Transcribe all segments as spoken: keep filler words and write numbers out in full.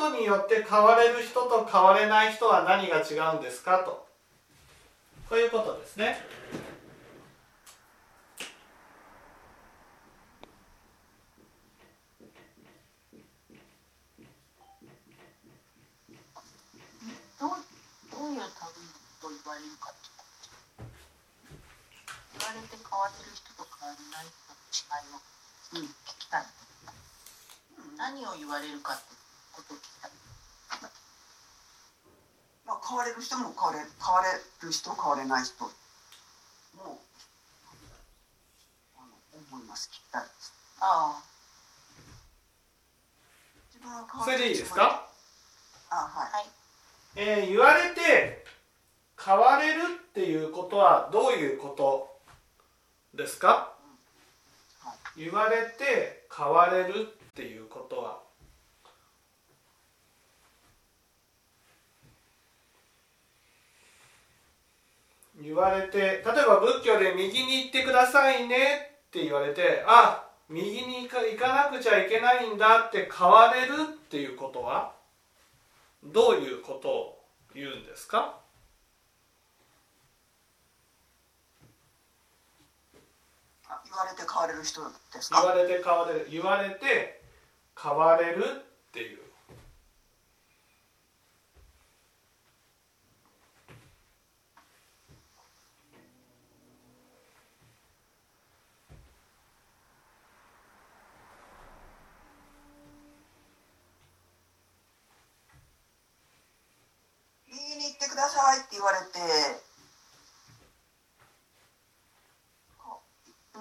ことによって変われる人と変われない人は何が違うんですかと、こういうことですね。 どう、どういう類と言われるかと、言われて変われる人と変われない人の違いを、うん、聞きたい。何を言われるかってことを聞きたい。 まあ、変われる人も変われ、変われる人変われない人もあの思います。聞きたいです。 ああ。 自分は変わそれでいいですか？ あ、はい。 はい。 えー、言われて変われるっていうことはどういうことですか？言われて変われるっていうことは、言われて、例えば仏教で右に行ってくださいねって言われて、あ、右に行か、行かなくちゃいけないんだって変われるっていうことはどういうことを言うんですか？ あ、言われて変われる人ですか？ 言われて変われる、言われて変われるっていう。 右に行ってくださいって言われて、うん、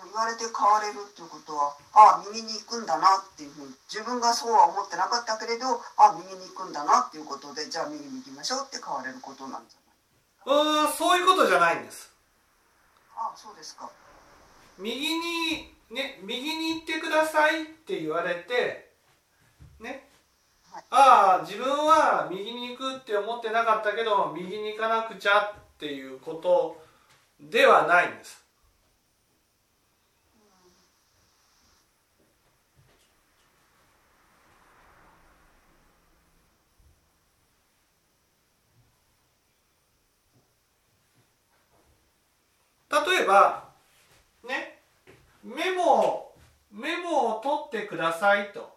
言われて変われるっていうことは、ああ、右に行くんだなっていうふうに、自分がそうは思ってなかったけれど、ああ、右に行くんだなっていうことで、じゃあ右に行きましょうって変われることなんじゃない？ うーん、そういうことじゃないんです。 ああ、そうですか。 右にね、右に行ってくださいって言われてね、 はい、 ああ、自分は右に行くって思ってなかったけど右に行かなくちゃっていうことではないんです。例えばね、メモメモを取ってくださいと、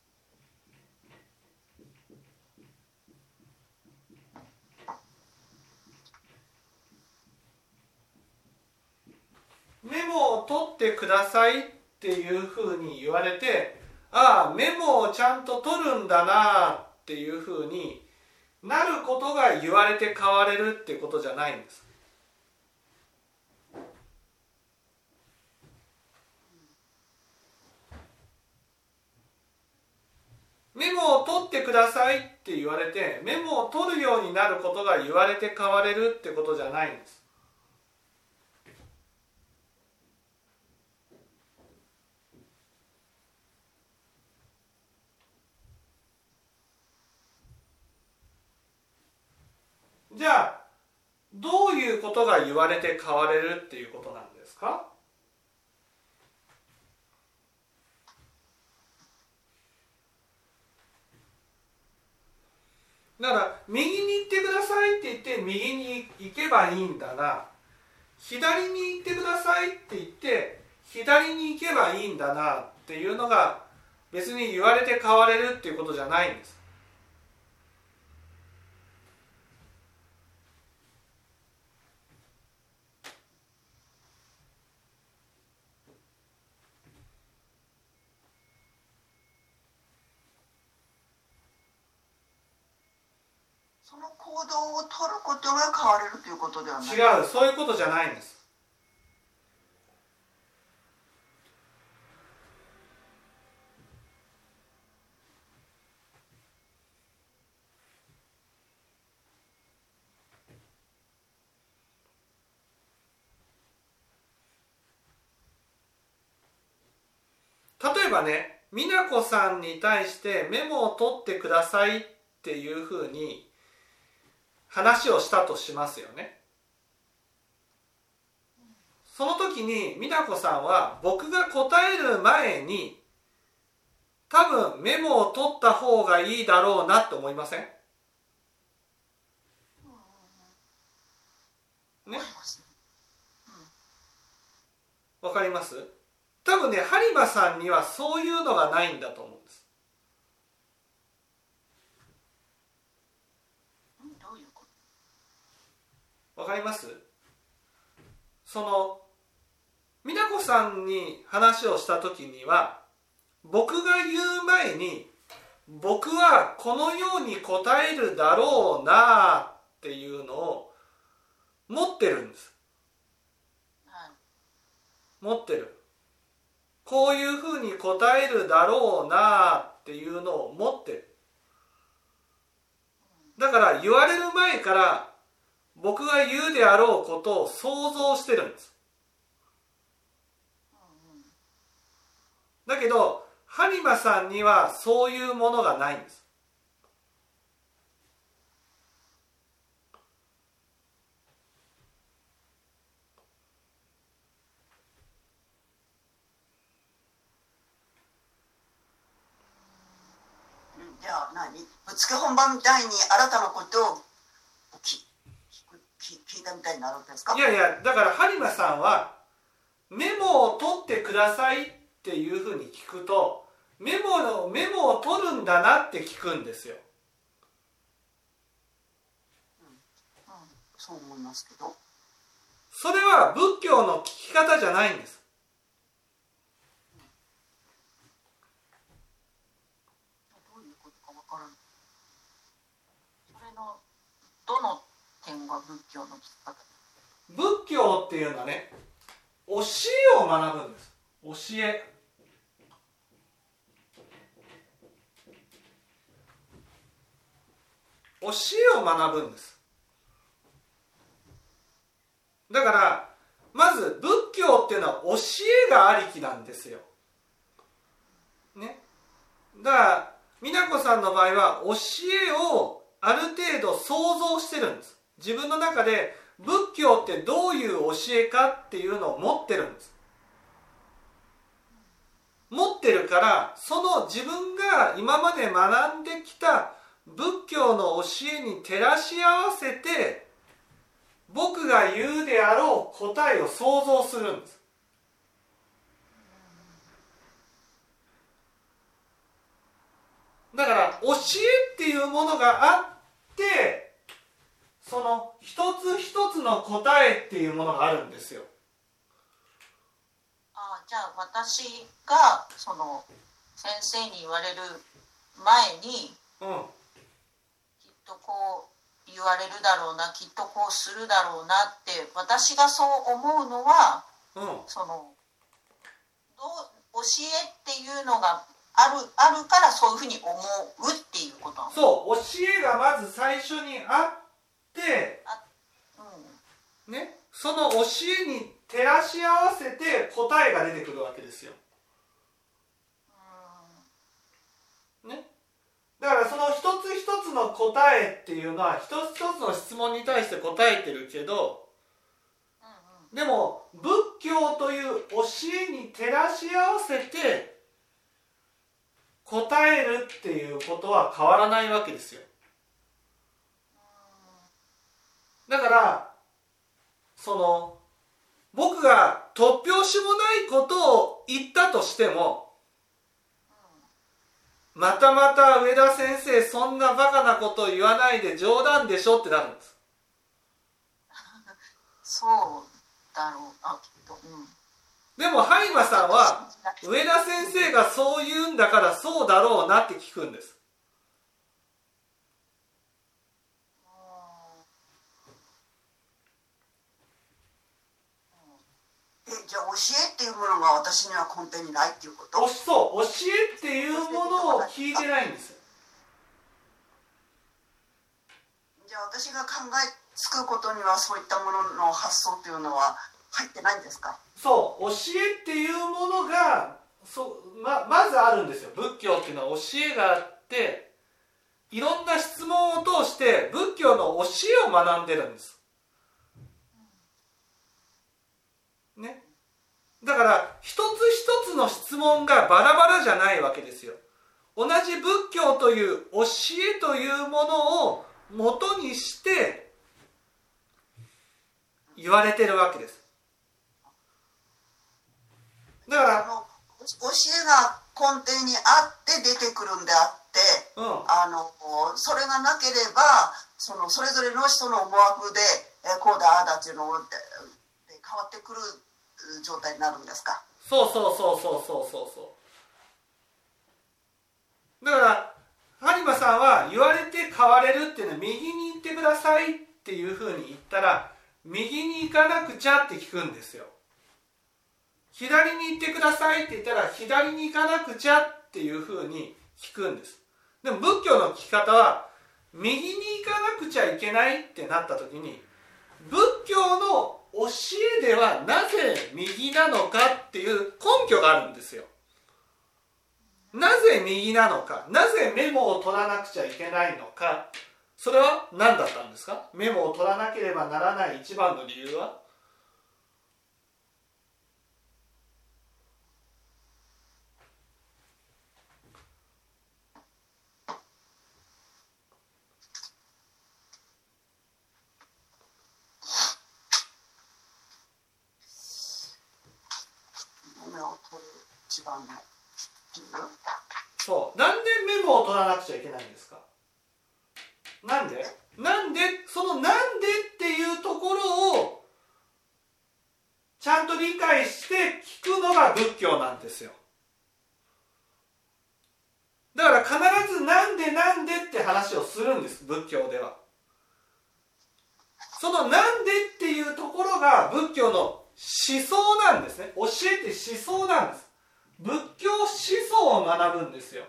メモを取ってくださいっていうふうに言われて、ああ、メモをちゃんと取るんだなっていうふうになることが言われて変われるっていうことじゃないんです。メモを取ってくださいって言われて、メモを取るようになることが言われて変われるってことじゃないんです。じゃあどういうことが言われて変われるっていうことなんですか？だから右に行ってくださいって言って右に行けばいいんだな、左に行ってくださいって言って左に行けばいいんだなっていうのが別に言われて変われるっていうことじゃないんです。 その行動を取ることが変われるということではない？ 違う、そういうことじゃないんです。例えばね、美奈子さんに対してメモを取ってくださいっていうふうに話をしたとしますよね。その時に美奈子さんは僕が答える前に多分メモを取った方がいいだろうなって思いません？ね、わかります？多分ね、播磨さんにはそういうのがないんだと思うんです。 どういうこわかります？その美奈子さんに話をした時には、僕が言う前に僕はこのように答えるだろうなっていうのを持ってるんです。 と？はい。 持ってる。こういうふうに答えるだろうなっていうのを持ってる。だから言われる前から僕が言うであろうことを想像してるんです。だけど播磨さんにはそういうものがないんです。 じゃあ何、ぶっつけ本番みたいに新たなことを聞聞いたみたいになるんですか？ いやいや、だから播磨さんはメモを取ってくださいっていうふうに聞くと、メモのメモを取るんだなって聞くんですよ。 うんうん、そう思いますけど、 それは仏教の聞き方じゃないんです。 どういうことかわからない。それのどの点が仏教の聞き方？ 仏教っていうのはね、教えを学ぶんです。教え。教えを学ぶんです。だからまず仏教っていうのは教えがありきなんですよ。ね。だから美奈子さんの場合は教えをある程度想像してるんです。自分の中で仏教ってどういう教えかっていうのを持ってるんです。持ってるから、その自分が今まで学んできた仏教の教えに照らし合わせて、僕が言うであろう答えを想像するんです。だから教えっていうものがあって、その一つ一つの答えっていうものがあるんですよ。 ああ、じゃあ私がその先生に言われる前に、 うん、 きっとこう言われるだろうな、きっとこうするだろうなって私がそう思うのは、 うん、 そのどう教えっていうのがあるあるからそういうふうに思うっていうことなの？ そう、教えがまず最初にあって、 あ、うん、 ね、その教えに照らし合わせて答えが出てくるわけですよ。ね、だからその一つ一つの答えっていうのは一つ一つの質問に対して答えてるけど、でも仏教という教えに照らし合わせて答えるっていうことは変わらないわけですよ。だからその僕が突拍子もないことを言ったとしても、またまた上田先生そんなバカなことを言わないで冗談でしょってなるんです。 そうだろうな、きっと。うん、 でも播磨さんは上田先生がそう言うんだからそうだろうなって聞くんです。 えじゃあ教えっていうものが私には根底にないっていうこと？ そう、教えっていうものを聞いてないんですよ。 じゃあ私が考えつくことにはそういったものの発想っていうのは入ってないんですか？ そう、教えっていうものがそ ま, まずあるんですよ。仏教っていうのは教えがあって、いろんな質問を通して仏教の教えを学んでるんです、ね、だから一つ一つの質問がバラバラじゃないわけですよ。 同じ仏教という教えというものを元にして言われてるわけです。だからあの教えが根底にあって出てくるんであって、 うん、 あのそれがなければそのそれぞれの人の思惑でえこうだああだっていうので変わってくる状態になるんですか。 そうそうそうそうそうそうそうだから有馬さんは言われて変われるっていうのは右に行ってくださいっていうふうに言ったら右に行かなくちゃって聞くんですよ。左に行ってくださいって言ったら左に行かなくちゃっていうふうに聞くんです。でも仏教の聞き方は右に行かなくちゃいけないってなった時に仏教の教えではなぜ右なのかっていう根拠があるんですよ。なぜ右なのか、なぜメモを取らなくちゃいけないのか、それは何だったんですか。メモを取らなければならない一番の理由はメモを取る一番の理由。 そう、なんでメモを取らなくちゃいけないんですか。なんでなんでそのなんでっていうところをちゃんと理解して聞くのが仏教なんですよ。だから必ずなんでなんでって話をするんです、仏教では。そのなんでっていうところが仏教の思想なんですね。教えて思想なんです。仏教思想を学ぶんですよ。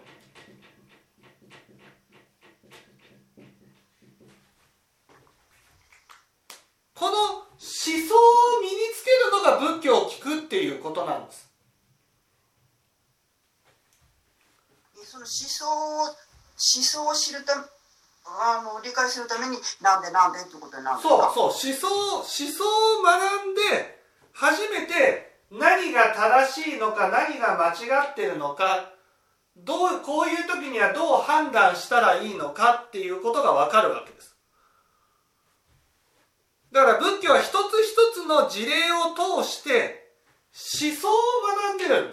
この思想を身につけるのが仏教を聞くっていうことなんです。 その思想を思想を知るためあの理解するためになんでなんでっていうことになるんですか。 そうそう、思想思想を学んで初めて何が正しいのか何が間違ってるのか、どうこういう時にはどう判断したらいいのかっていうことが分かるわけです。だから仏教は一つ一つの事例を通して思想を学んでるんです。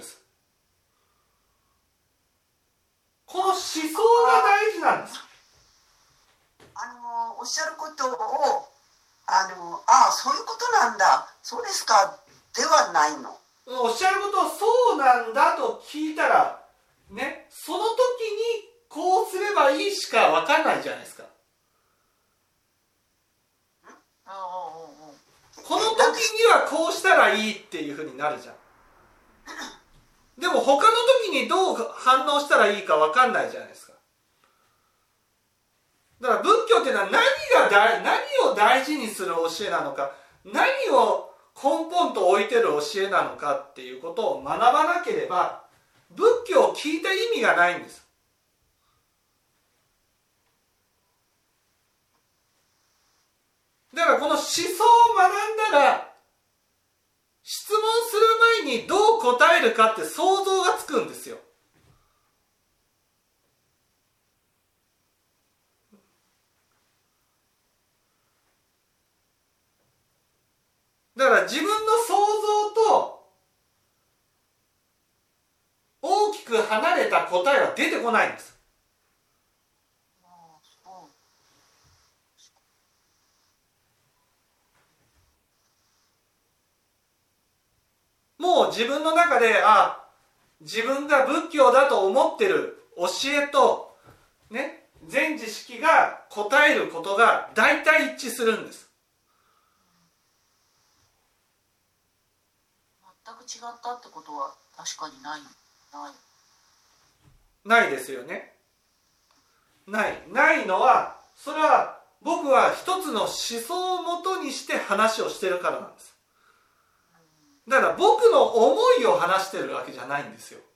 この思想が大事なんです。 あのおっしゃることをあのああそういうことなんだそうですかではないの。 おっしゃることをそうなんだと聞いたらね、その時にこうすればいいしか分かんないじゃないですか。この時にはこうしたらいいっていうふうになるじゃん。でも他の時にどう反応したらいいか分かんないじゃないですか。だから仏教っていうのは何が大何を大事にする教えなのか、何を根本と置いてる教えなのかっていうことを学ばなければ仏教を聞いた意味がないんです。だからこの思想を学んだら質問する前にどう答えるかって想像がつくんですよ。だから自分の想像と大きく離れた答えは出てこないんです。もう自分の中であ自分が仏教だと思ってる教えとね全知識が答えることが大体一致するんです。 全く違ったってことは確かにないないないですよね。ないないのはそれは僕は一つの思想をもとにして話をしてるからなんです。だから僕の思いを話してるわけじゃないんですよ。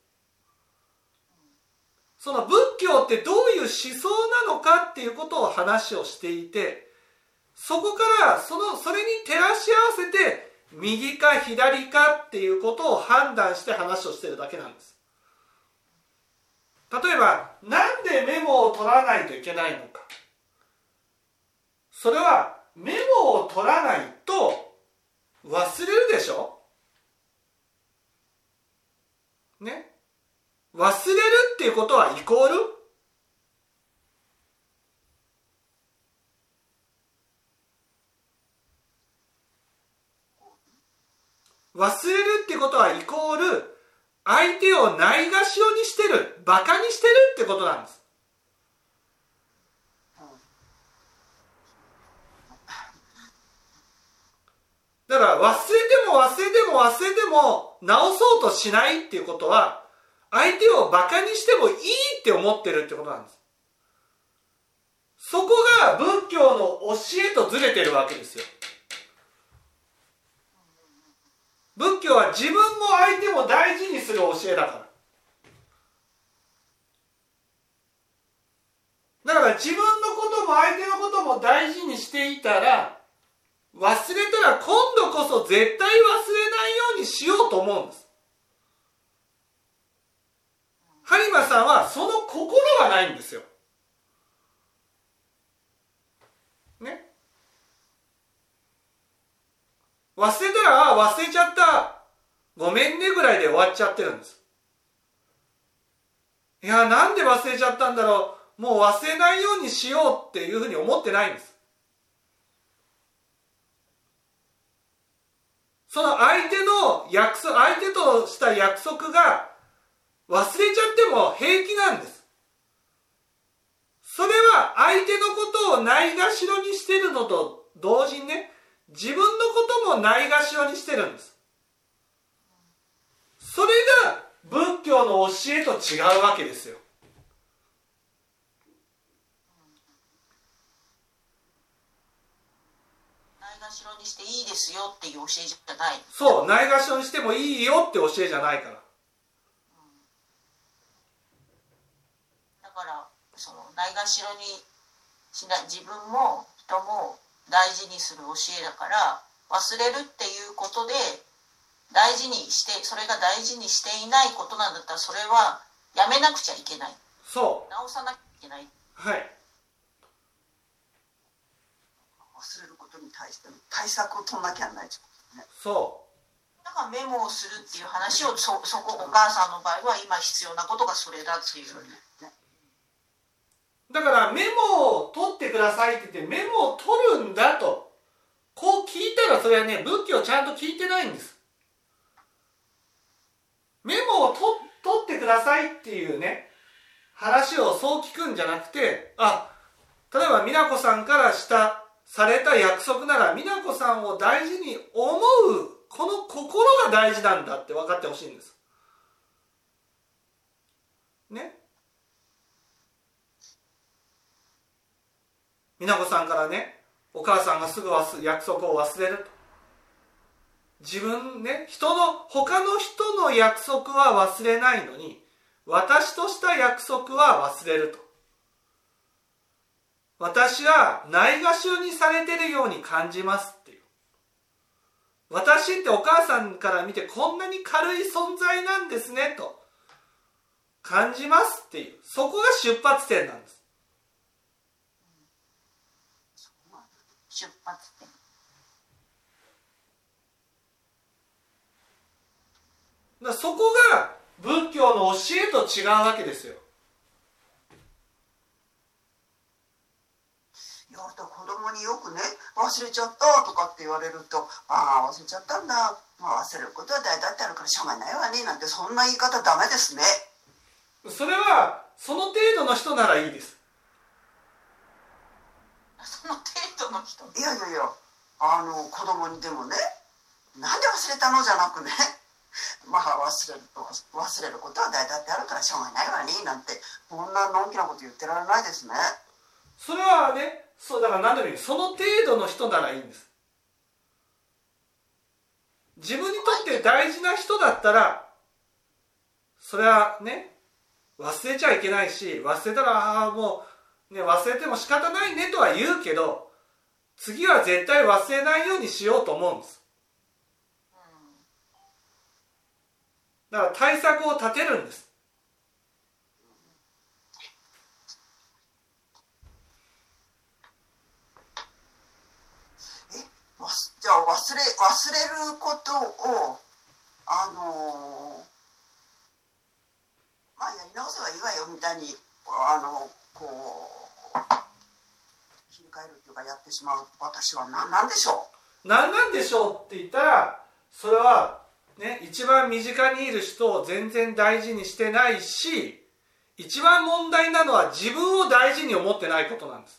その仏教ってどういう思想なのかっていうことを話をしていて、そこからそのそれに照らし合わせて右か左かっていうことを判断して話をしてるだけなんです。 例えばなんでメモを取らないといけないのか。それはメモを取らないと忘れるでしょ。ね。忘れるっていうことはイコール忘れるってことはイコール相手をないがしろにしてる、バカにしてるってことなんです。だから忘れても忘れても忘れても直そうとしないっていうことは相手をバカにしてもいいって思ってるってことなんです。そこが仏教の教えとずれてるわけですよ。仏教は自分も相手も大事にする教えだから。だから自分のことも相手のことも大事にしていたら忘れたら今度こそ絶対忘れないようにしようと思うんです。播磨さんはその心がないんですよ。ね。忘れたら、あ、忘れちゃった。ごめんねぐらいで終わっちゃってるんです。いや、なんで忘れちゃったんだろう。もう忘れないようにしようっていうふうに思ってないんです。その相手の約束、相手とした約束が忘れちゃっても平気なんです。それは相手のことをないがしろにしてるのと同時にね、自分のこともないがしろにしてるんです。それが仏教の教えと違うわけですよ。 ないがしろにしていいですよっていう教えじゃない。 そう、ないがしろにしてもいいよって教えじゃないから。 だからそのないがしろにしない、自分も人も大事にする教えだから、忘れるっていうことで大事にして、それが大事にしていないことなんだったらそれはやめなくちゃいけない。 そう。 直さなきゃいけない。 はい。 忘れることに対しての対策を取んなきゃないですね。 そう。 だからメモをするっていう話をそ、そこお母さんの場合は今必要なことがそれだっていう。 だからメモを取ってくださいって言ってメモを取るんだとこう聞いたら、それはね、仏教をちゃんと聞いてないんです。メモを取ってくださいっていうね話をそう聞くんじゃなくて、あ、例えば美奈子さんからしたされた約束なら美奈子さんを大事に思うこの心が大事なんだって分かってほしいんですね。美奈子さんからね、お母さんがすぐ約束を忘れると、自分ね、人の他の人の約束は忘れないのに私とした約束は忘れると、私はないがしろにされてるように感じますっていう。私ってお母さんから見てこんなに軽い存在なんですねと感じますっていう、そこが出発点なんです。 出発点。 だそこが仏教の教えと違うわけですよ。 いや、子供によくね、忘れちゃったとかって言われると、ああ忘れちゃったんだ、まあ、忘れることは大だってあるからしょうがないわねなんて、そんな言い方ダメですね。 それはその程度の人ならいいです。 その程度の人。 いやいやいや、あの子供にでもね、なんで忘れたのじゃなくね、まあ忘れる忘れることは大だってあるからしょうがないわねなんて、こんなのんきなこと言ってられないですね。 それはね、そうだから何でもいい、その程度の人ならいいんです。自分にとって大事な人だったらそれはね忘れちゃいけないし、忘れたらあもう、ね、忘れても仕方ないねとは言うけど、次は絶対忘れないようにしようと思うんです。だから対策を立てるんです。 わすじゃあ忘れ忘れることをあのまあやり直せばいいわよみたいにあのこう切り替えるっていうかやってしまう私は何なんでしょう。何なんでしょうって言ったら、それはね、一番身近にいる人を全然大事にしてないし、一番問題なのは自分を大事に思ってないことなんです。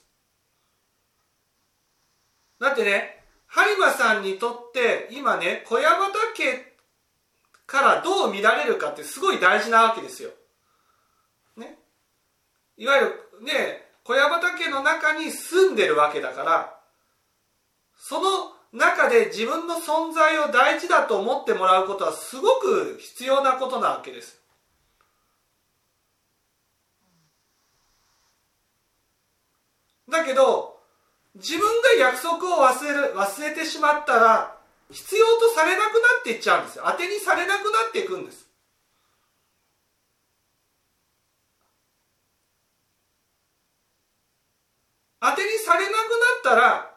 だってね、播磨さんにとって今ね、小山田家からどう見られるかってすごい大事なわけですよ。ね、いわゆるね、小山田家の中に住んでるわけだから、その中で自分の存在を大事だと思ってもらうことはすごく必要なことなわけです。だけど自分が約束を忘れる忘れてしまったら必要とされなくなっていっちゃうんですよ。当てにされなくなっていくんです。当てにされなくなったら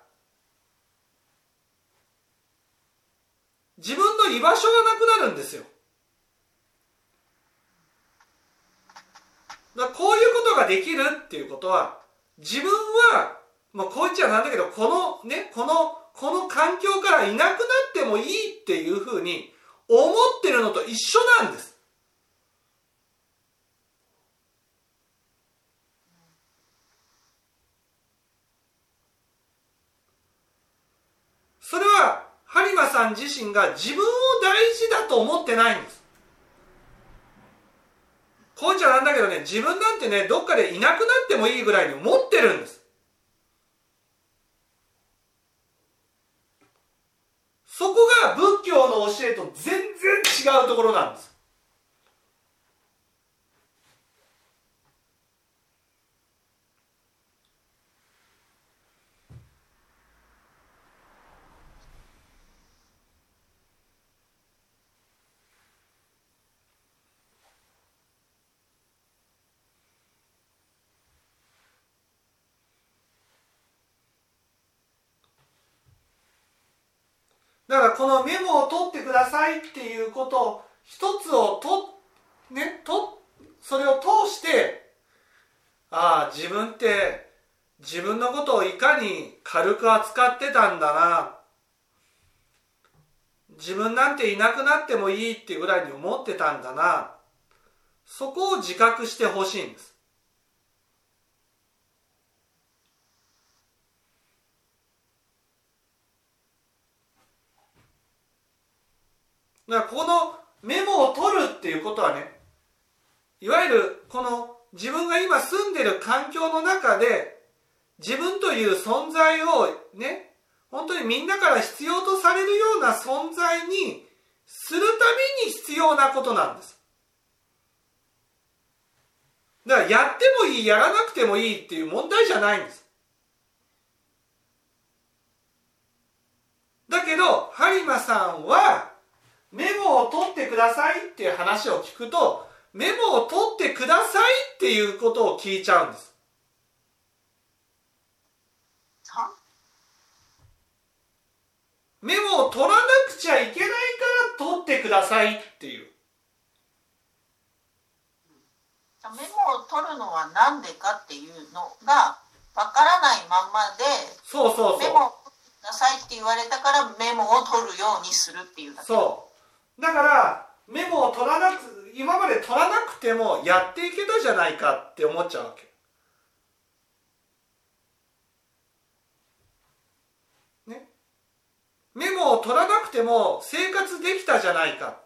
自分の居場所がなくなるんですよ。だからこういうことができるっていうことは、自分はまあこう言っちゃなんだけど、このねこのこの環境からいなくなってもいいっていうふうに思ってるのと一緒なんです。それは播磨さん自身が自分を大事だと思ってないんです。こう言っちゃなんだけどね、自分なんてねどっかでいなくなってもいいぐらいに思ってるんです。そこが仏教の教えと全然違うところなんです。だからこのメモを取ってくださいっていうことを一つをとねとそれを通して、ああ自分って自分のことをいかに軽く扱ってたんだな、自分なんていなくなってもいいっていうぐらいに思ってたんだな、そこを自覚してほしいんです。だからこのメモを取るっていうことはね、いわゆるこの自分が今住んでる環境の中で自分という存在をね、本当にみんなから必要とされるような存在にするために必要なことなんです。だからやってもいいやらなくてもいいっていう問題じゃないんです。だけど播磨さんはメモを取ってくださいっていう話を聞くと、メモを取ってくださいっていうことを聞いちゃうんです。メモを取らなくちゃいけないから取ってくださいっていう。 メモを取るのは何でかっていうのがわからないまんまで、 そうそうそう、 メモを取ってくださいって言われたからメモを取るようにするっていうだけ。 そうだからメモを取らなく今まで取らなくてもやっていけたじゃないかって思っちゃうわけね。メモを取らなくても生活できたじゃないか。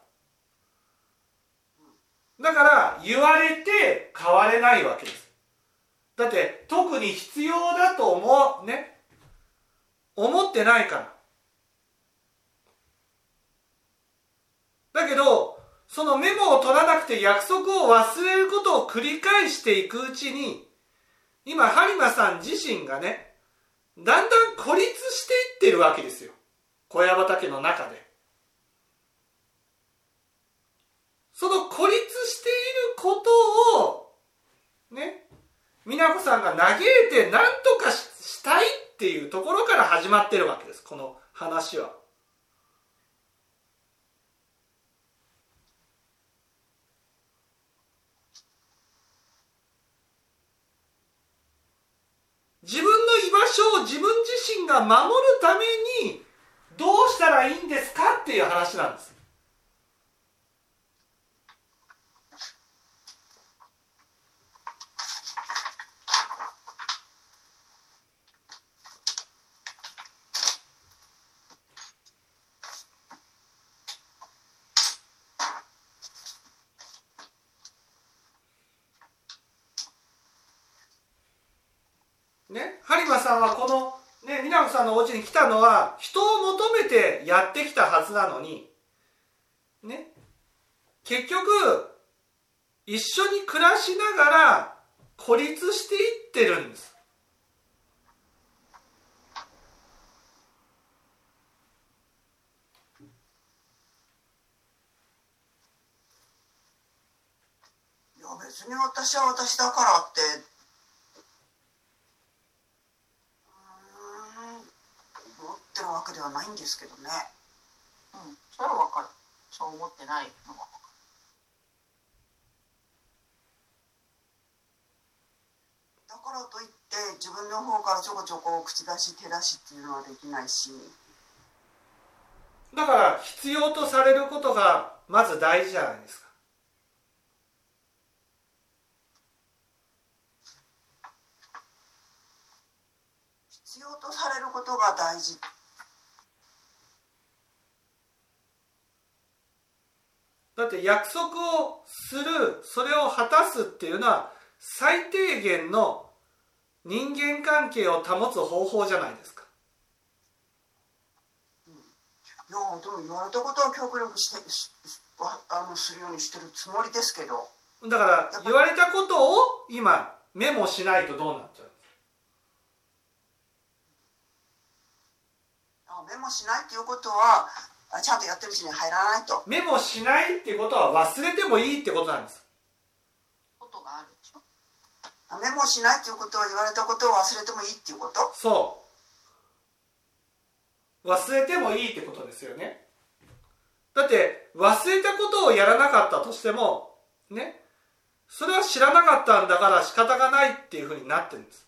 だから言われて変われないわけです。だって特に必要だと思うね思ってないから。だけどそのメモを取らなくて約束を忘れることを繰り返していくうちに、今播磨さん自身がねだんだん孤立していってるわけですよ、小山家の中で。その孤立していることをね、美奈子さんが嘆いて何とかしたいっていうところから始まってるわけです、この話は。自分の居場所を自分自身が守るためにどうしたらいいんですかっていう話なんです。ね、播磨さんはこの、ね、美奈子さんのお家に来たのは人を求めてやってきたはずなのに、ね、結局一緒に暮らしながら孤立していってるんです。 いや別に私は私だからって思ってるわけではないんですけどね。 うん、それは分かる。そう思ってないのは分かる。 だからといって自分の方からちょこちょこ口出し手出しっていうのはできないし。 だから必要とされることがまず大事じゃないですか。 必要とされることが大事。 だって約束をする、それを果たすっていうのは最低限の人間関係を保つ方法じゃないですか。 うん、いやでも言われたことは極力してあのするようにしてるつもりですけど。 だから言われたことを今メモしないとどうなっちゃう。 メモしないっていうことはちゃんとやってるうちに入らないと。 メモしないっていうことは忘れてもいいってことなんです。 ことがあるでしょ。 メモしないっていうことは言われたことを忘れてもいいっていうこと。 そう、忘れてもいいってことですよね。だって忘れたことをやらなかったとしてもね、それは知らなかったんだから仕方がないっていうふうになってるんです。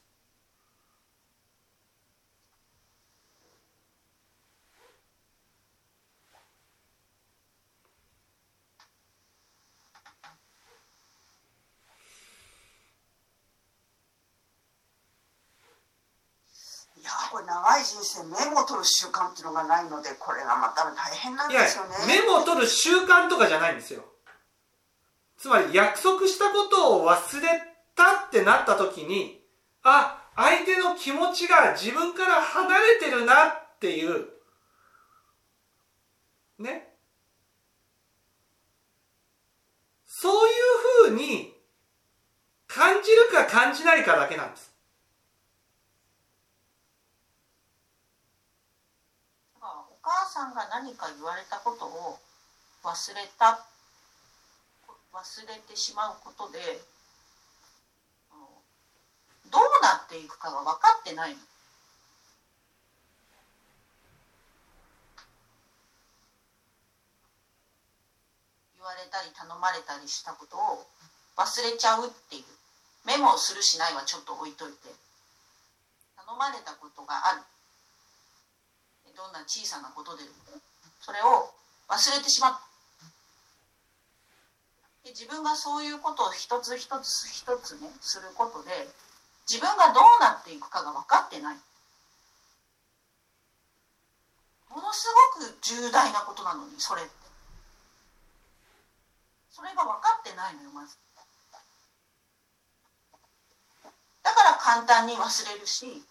いやこれ長い人生メモを取る習慣っていうのがないのでこれがまた大変なんですよね。 いやメモを取る習慣とかじゃないんですよ。つまり約束したことを忘れたってなった時に、あ、相手の気持ちが自分から離れてるなっていうね、そういうふうに感じるか感じないかだけなんです。 お母さんが何か言われたことを忘れた忘れてしまうことでどうなっていくかが分かってないの。言われたり頼まれたりしたことを忘れちゃうっていう。メモをするしないはちょっと置いといて、頼まれたことがある、どんな小さなことでもそれを忘れてしまった。で自分がそういうことを一つ一つ一つねすることで自分がどうなっていくかが分かってない。ものすごく重大なことなのにそれってそれが分かってないのよまず。だから簡単に忘れるし、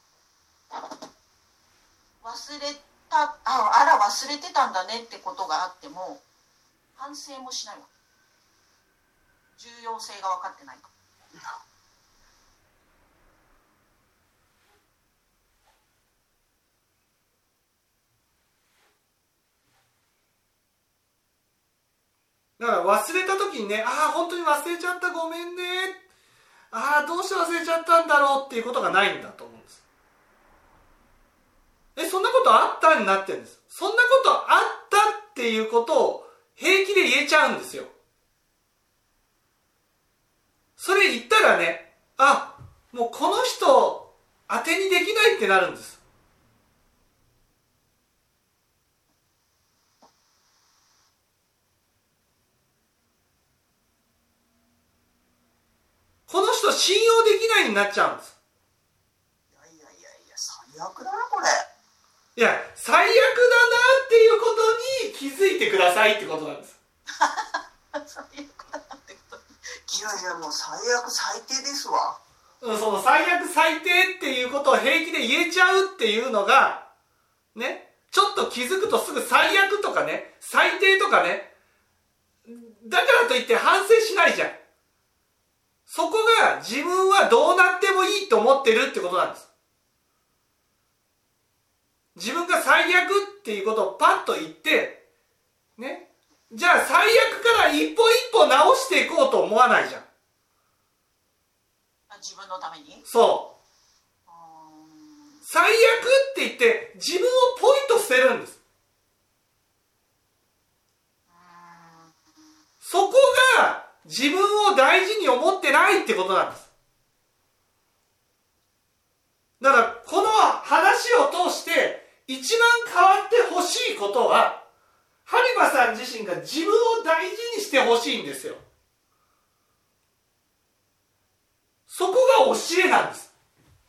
忘れた あ, あら忘れてたんだねってことがあっても反省もしないわけ。重要性が分かってないから。 だから忘れた時にね、ああ本当に忘れちゃったごめんね、ああどうして忘れちゃったんだろうっていうことがないんだと思うんです。えそんなことことあったになってるんです。そんなことあったっていうことを平気で言えちゃうんですよ。それ言ったらね、あ、もうこの人当てにできないってなるんです。この人信用できないになっちゃうんです。 いやいやいやいや、最悪だなこれ。 いや、最悪だなっていうことに気づいてくださいってことなんです。 最悪だなってこと。 いやいや、もう最悪最低ですわ。 うん、その最悪最低っていうことを平気で言えちゃうっていうのがね、ちょっと気づくとすぐ最悪とかね、最低とかね、だからといって反省しないじゃん。そこが自分はどうなってもいいと思ってるってことなんです。自分が最悪っていうことをパッと言ってね、じゃあ最悪から一歩一歩直していこうと思わないじゃん。 自分のために。 そう。最悪って言って自分をポイと捨てるんです。そこが自分を大事に思ってないってことなんです。だからこの話を通して一番変わってほしいことは、播磨さん自身が自分を大事にしてほしいんですよ。そこが教えなんです。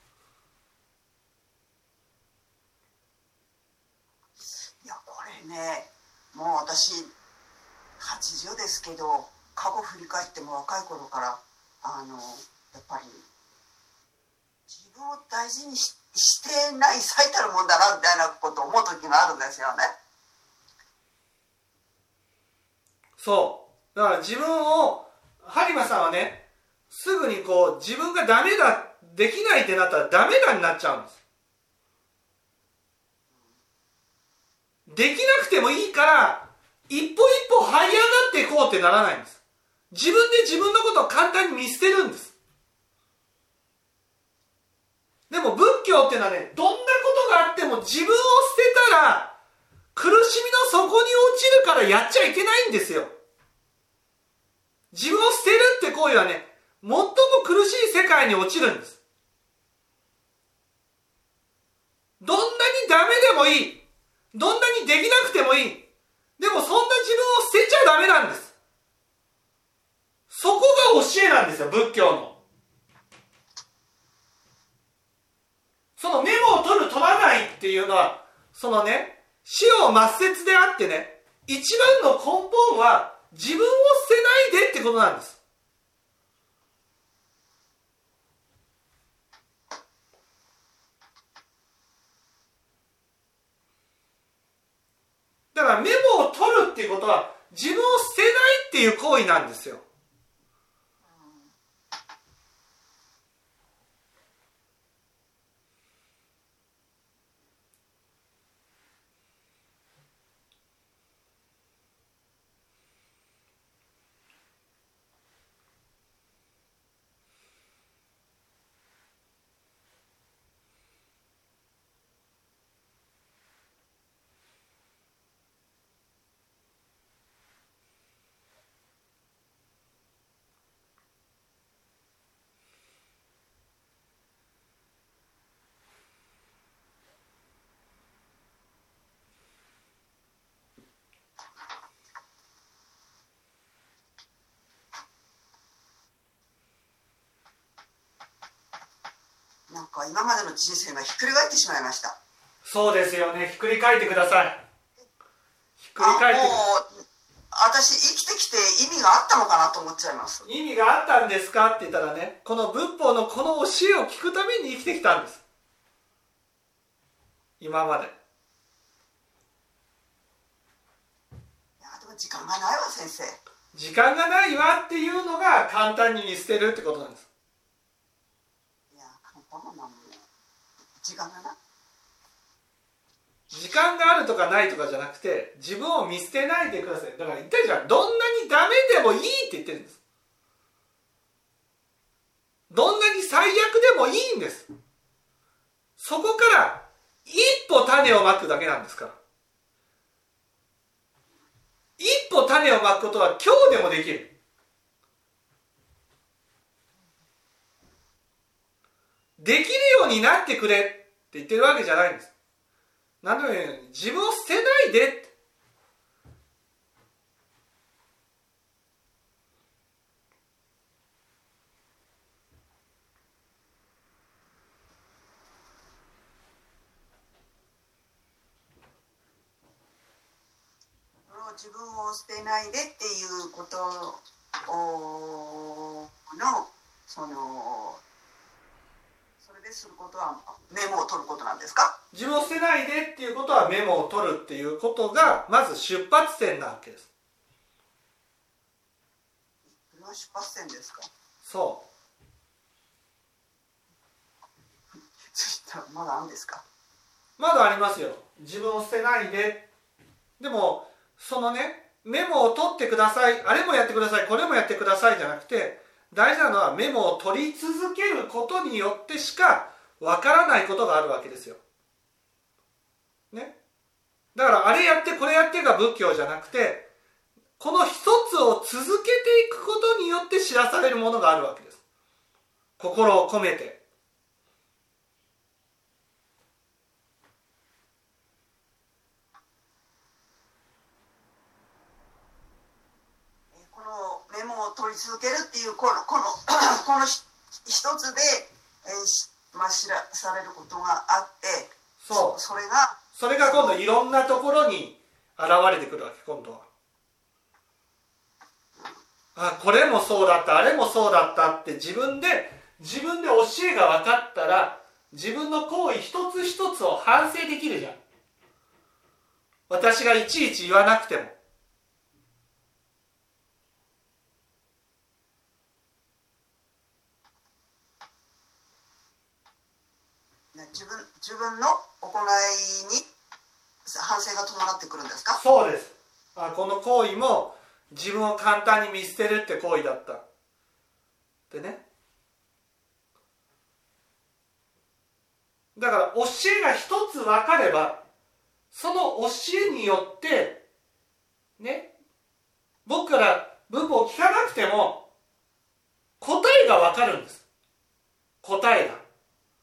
いやこれね、もう私はちじゅうですけど、過去振り返っても若い頃からあのやっぱり自分を大事に し, してない最たるもんだなみたいなことを思う時があるんですよね。 そうだから自分を、播磨さんはね、すぐにこう自分がダメだ、できないってなったらダメだになっちゃうんです。できなくてもいいから一歩一歩這い上がっていこうってならないんです。自分で自分のことを簡単に見捨てるんです。でも仏教っていうのはね、どんなことがあっても自分を捨てたら苦しみの底に落ちるからやっちゃいけないんですよ。自分を捨てるって行為はね、最も苦しい世界に落ちるんです。どんなにダメでもいい、どんなにできなくてもいい、でもそんな自分を捨てちゃダメなんです。そこが教えなんですよ、仏教の。そのメモを取る取らないっていうのは、そのね、死を抹殺であってね、一番の根本は自分を捨てないでってことなんです。だからメモを取るっていうことは自分を捨てないっていう行為なんですよ。 なんか今までの人生がひっくり返ってしまいました。 そうですよね。ひっくり返ってください。ひっくり返ってください。 あ、もう私生きてきて意味があったのかなと思っちゃいます。 意味があったんですかって言ったらね、この仏法のこの教えを聞くために生きてきたんです。今まで。いやでも時間がないわ先生。 時間がないわっていうのが簡単に見捨てるってことなんです。 いや簡単なのも時間がない。 時間があるとかないとかじゃなくて、自分を見捨てないでください。だから言ったじゃん、どんなにダメでもいいって言ってるんです。どんなに最悪でもいいんです。そこから一歩種をまくだけなんですから。一歩種をまくことは今日でもできる。できるようになってくれって言ってるわけじゃないんです。何でも言うように自分を捨てないでって。 自分を捨てないでっていうことのそのそれですることはメモを取ることなんですか？ 自分を捨てないでっていうことはメモを取るっていうことがまず出発点なわけです。 これは出発点ですか？ そう。 そしたらまだあるんですか？ まだありますよ。自分を捨てないで。でもそのね、メモを取ってください、あれもやってください、これもやってくださいじゃなくて、大事なのはメモを取り続けることによってしかわからないことがあるわけですよ。ね。だからあれやってこれやってが仏教じゃなくて、この一つを続けていくことによって知らされるものがあるわけです。心を込めて。 メモを取り続けるっていうこのこのこの一つで、えーまあ、知らされることがあって、 そうそれがそれが今度いろんなところに現れてくるわけ。今度はあこれもそうだったあれもそうだったって自分で自分で教えが分かったら自分の行為一つ一つを反省できるじゃん。私がいちいち言わなくても。 自分、自分の行いに反省が伴ってくるんですか？ そうです。あこの行為も自分を簡単に見捨てるって行為だったでね。だから教えが一つ分かればその教えによってね、僕から文法を聞かなくても答えが分かるんです。答えが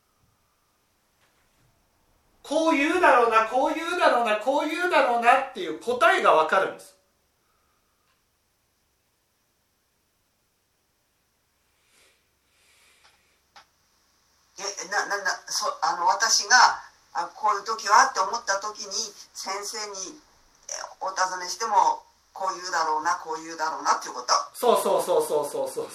こう言うだろうな、こう言うだろうな、こう言うだろうなっていう答えが分かるんです。 えなななそあの私があこういう時はって思った時に先生にお尋ねしてもこう言うだろうな、こう言うだろうなっていうこと？ そうそうそうそうそうそう。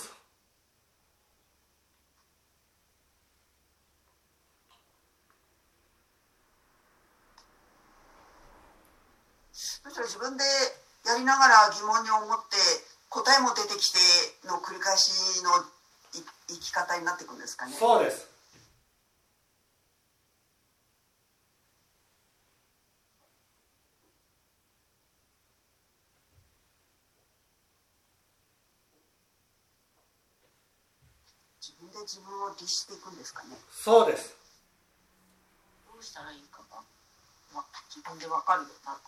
そしたら自分でやりながら疑問に思って答えも出てきての繰り返しの生き方になっていくんですかね？ そうです。 自分で自分を律していくんですかね？ そうです。 どうしたらいいかが、ま、自分で分かるようになる。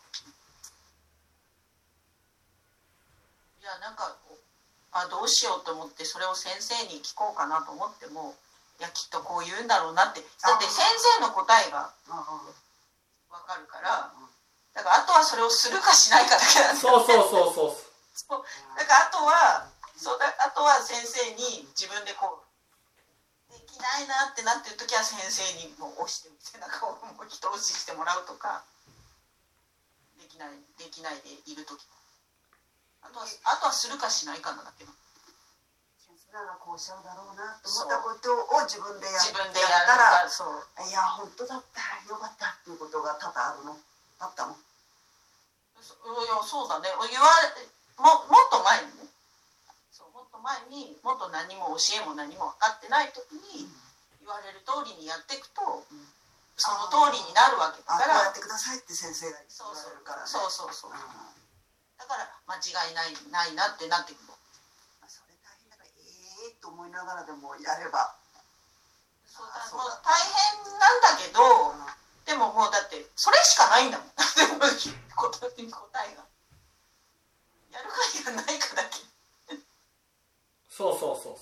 いやなんかあどうしようと思ってそれを先生に聞こうかなと思ってもいやきっとこう言うんだろうなってだって先生の答えが分かるからだからあとはそれをするかしないかだけなんですよね。 そうそうそうそうそうだからあとはそうだあとは先生に自分でこうできないなってなってる時は先生にもう押して背中をもう一押ししてもらうとかできないできないでいる時あとはあとはするかしないかなだけど先生がこうおっしゃるだろうなと思ったことを自分でや自分でややったらそういや本当だったよかったっていうことが多々あるのあったの？ そいやそうだね言われももっと前にねそうもっと前にもっと何も教えも何も分かってない時に言われる通りにやっていくと、うん、その通りになるわけだからこうやってくださいって先生が言われるからね。 そうそうそうそう、うん、だから間違いないないなってなってくる。 それ大変だからええー、と思いながらでもやればそうだもう大変なんだけど、うん、 でももうだってそれしかないんだもん答えがやるかやらないかだけそうそうそう。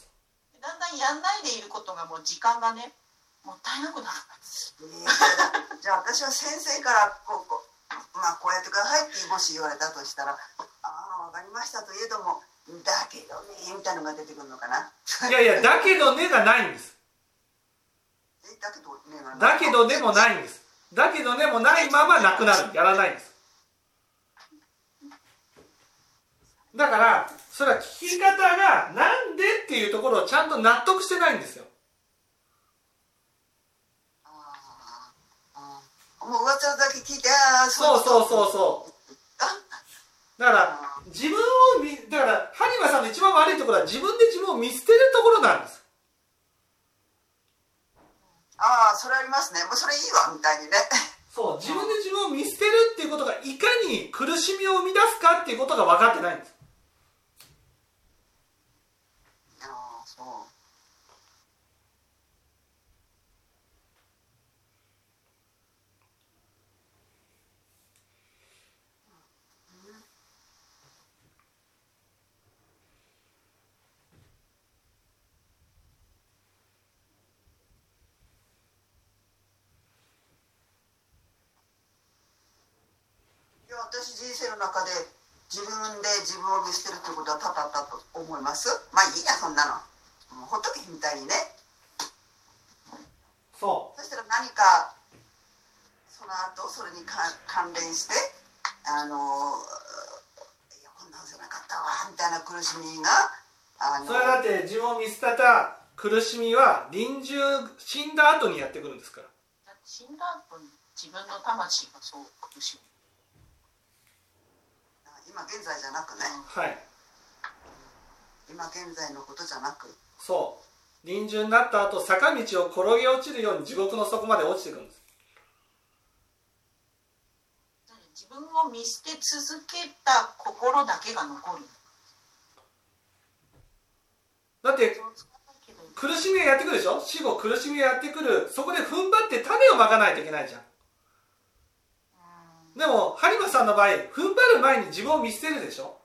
だんだんやんないでいることがもう時間がねもったいなくなる。 じゃあ私は先生からこうこう、まあ、こうやってくださいってもし言われたとしたら、ああ分かりましたといえどもだけどねみたいなのが出てくるのかな。 いやいやだけどねがないんです。 えだけどねがない。 だけどねもないんです。だけどねもないままなくなる。やらないんです。だからそれは聞き方がなんでっていうところをちゃんと納得してないんですよ。 ああもう噂だけ聞いて、ああそうそうそうそうだから自分を見だから播磨さんの一番悪いところは自分で自分を見捨てるところなんです。 ああそれありますね。もうそれいいわみたいにね。 そう自分で自分を見捨てるっていうことがいかに苦しみを生み出すかっていうことが分かってないんです。 ああそう。私人生の中で自分で自分を見捨てるということは多々あったと思います。まあいいやそんなのもうほっとけみたいにね。 そうそしたら何かその後それにか関連してあのいやこんなんじゃなかったわみたいな苦しみがあのそれだって自分を見捨てた苦しみは臨終死んだ後にやってくるんですから。 死んだ後に自分の魂がそう苦しむ。 今現在じゃなくね、 はい、 今現在のことじゃなく、 そう臨終になった後坂道を転げ落ちるように地獄の底まで落ちていくんです。 自分を見捨て続けた心だけが残る。 だって苦しみがやってくるでしょ。死後苦しみがやってくる。そこで踏ん張って種をまかないといけないじゃん。でも播磨さんの場合踏ん張る前に自分を見捨てるでしょ。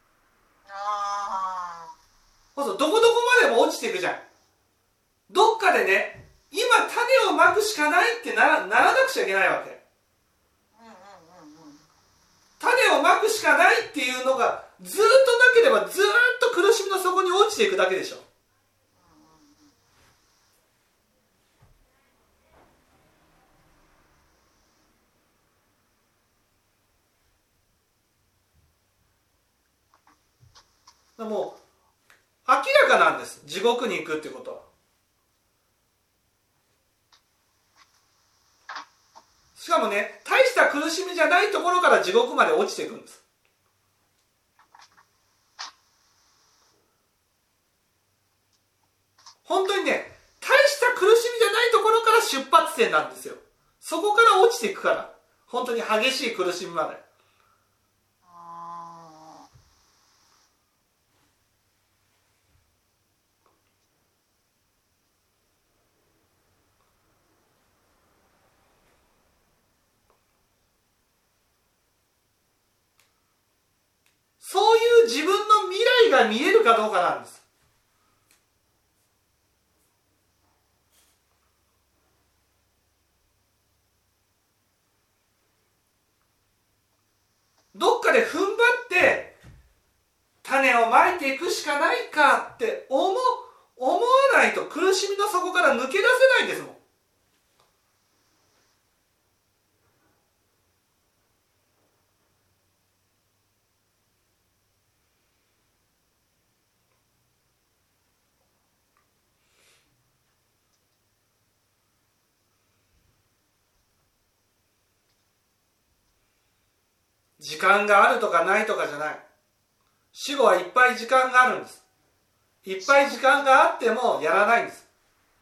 あそうそうどこどこまでも落ちていくじゃん。どっかでね今種をまくしかないってな ら, ならなくちゃいけないわけ。 うんうんうんうん、 種をまくしかないっていうのがずっとなければずっと苦しみの底に落ちていくだけでしょ。もう明らかなんです。地獄に行くっていうことは。しかもね大した苦しみじゃないところから地獄まで落ちていくんです。本当にね大した苦しみじゃないところから出発点なんですよ。そこから落ちていくから本当に激しい苦しみまで。そういう自分の未来が見えるかどうかなんです。どっかで踏ん張って種をまいていくしかないかって思思わないと苦しみの底から抜け出せないんですもん。時間があるとかないとかじゃない。死後はいっぱい時間があるんです。いっぱい時間があってもやらないんです。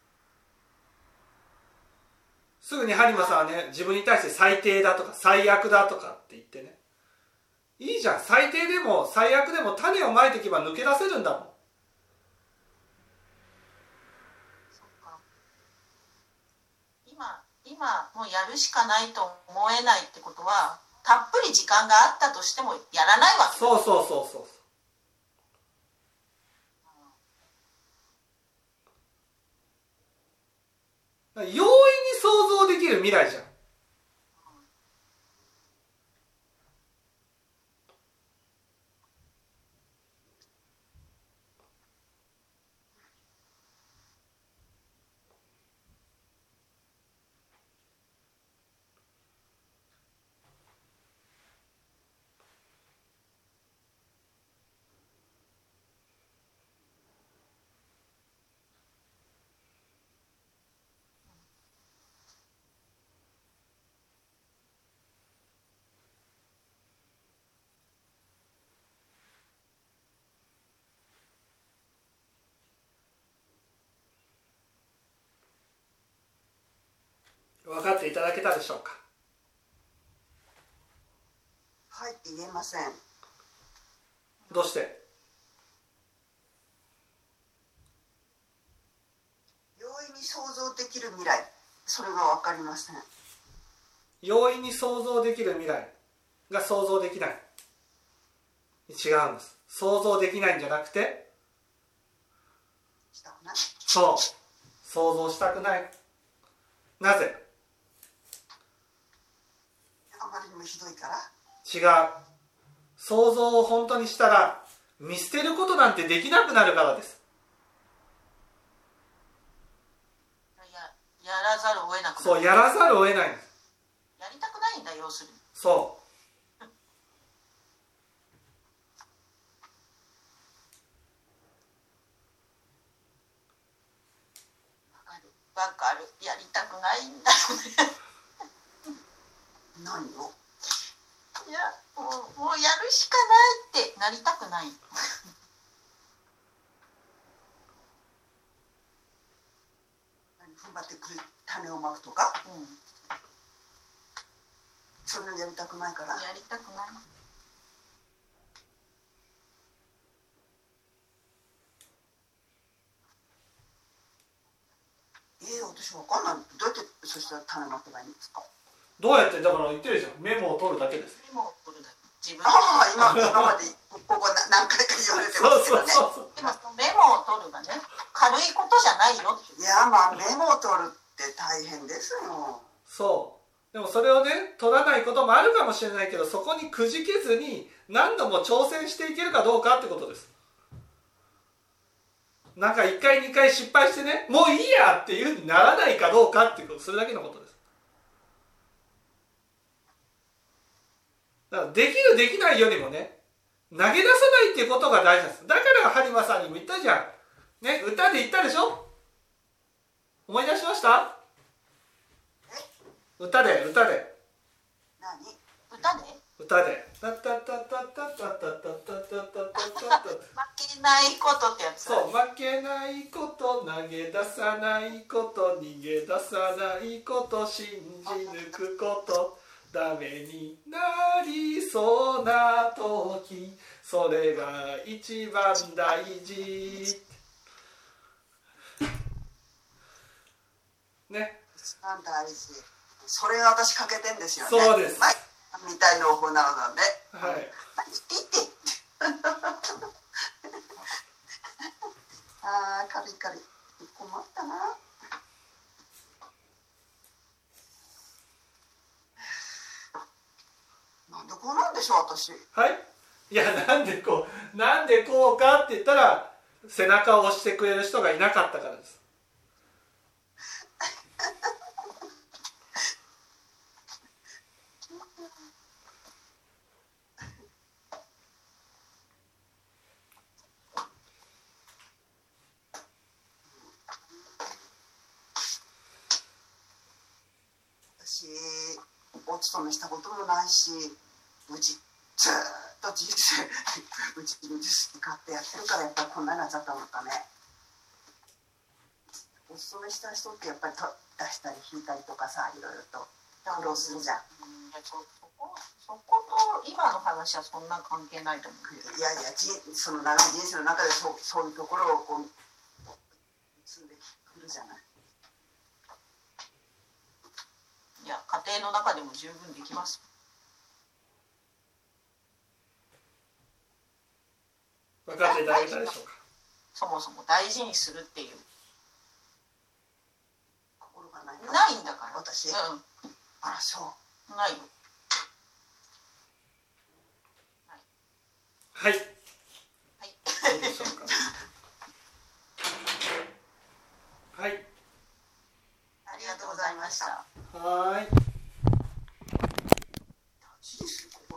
すぐに播磨さんはね自分に対して最低だとか最悪だとかって言ってね、いいじゃん最低でも最悪でも種をまいていけば抜け出せるんだもん。 そっか今今今もうやるしかないと思えないってことは、たっぷり時間があったとしてもやらないわけだ。 そうそうそうそう。容易に想像できる未来じゃん。分かっていただけたでしょうか。 はいって言えません。 どうして？ 容易に想像できる未来、それが分かりません。 容易に想像できる未来が想像できない。違うんです。想像できないんじゃなくて、 したくない。 そう、想像したくない。なぜ？ あまりにもひどいから。 違う。想像を本当にしたら見捨てることなんてできなくなるからです。 や, やらざるを得なくなる。 そう、やらざるを得ないんです。 やりたくないんだ、要するに。 そう。 わかる、わかる。やりたくないんだよね。 何を？ いや、もう、もうやるしかないってなりたくない。 踏ん張ってくる種をまくとか、 うん、 それをやりたくないから。 やりたくない。 えー、私わかんない。どうやってそしたら種まけばいいんですか？ どうやって、だから言ってるじゃん。メモを取るだけです。 メモを取るだけ。自分ああ、今今までここ何回か言われてますけどね。 そうそうそう。 でもメモを取るがね、軽いことじゃないよって。 いや、まあメモを取るって大変ですよ。 そう。でもそれをね、取らないこともあるかもしれないけど、そこにくじけずに何度も挑戦していけるかどうかってことです。なんかいっかいにかい失敗してね、もういいやっていう風にならないかどうかっていうこと、それだけのことです。だからできるできないよりもね、投げ出さないっていうことが大事なんです。だから播磨さんにも言ったじゃん。ね、歌で言ったでしょ？思い出しました？歌で、歌で。 何？ 歌で？ 歌で。タタタタタタタタタタタタ。 負けないことってやつ。 そう、負けないこと、投げ出さないこと、逃げ出さないこと、信じ抜くこと、ダメになりそうな時、それが一番大事。ね。 一番大事。それが私かけてんですよね。 そうです。 はい、みたいな方なので。 はい。 言って言って。ああ、軽い軽い。困ったな。なんでこうなんでしょう、私。 はい。いや、なんでこう、なんでこうかって言ったら、背中を押してくれる人がいなかったからです。 私お勤めしたこともないし、うちずーっと人生うちに実使ってやってるから、やっぱりこんなになっちゃったのかね。お勤めした人ってやっぱりと出したり引いたりとかさ、いろいろと苦労するじゃん。 うん、そ, そ, こそこと今の話はそんな関係ないと思うけど。 いやいや、その長い人生の中でそう、そういうところをこう積んでくるじゃない。 庭の中でも十分できます。 分かっていただけたでしょうか。 そもそも大事にするっていう心がないの。 ないんだから私、 うん、 あらそうないよ。 はい。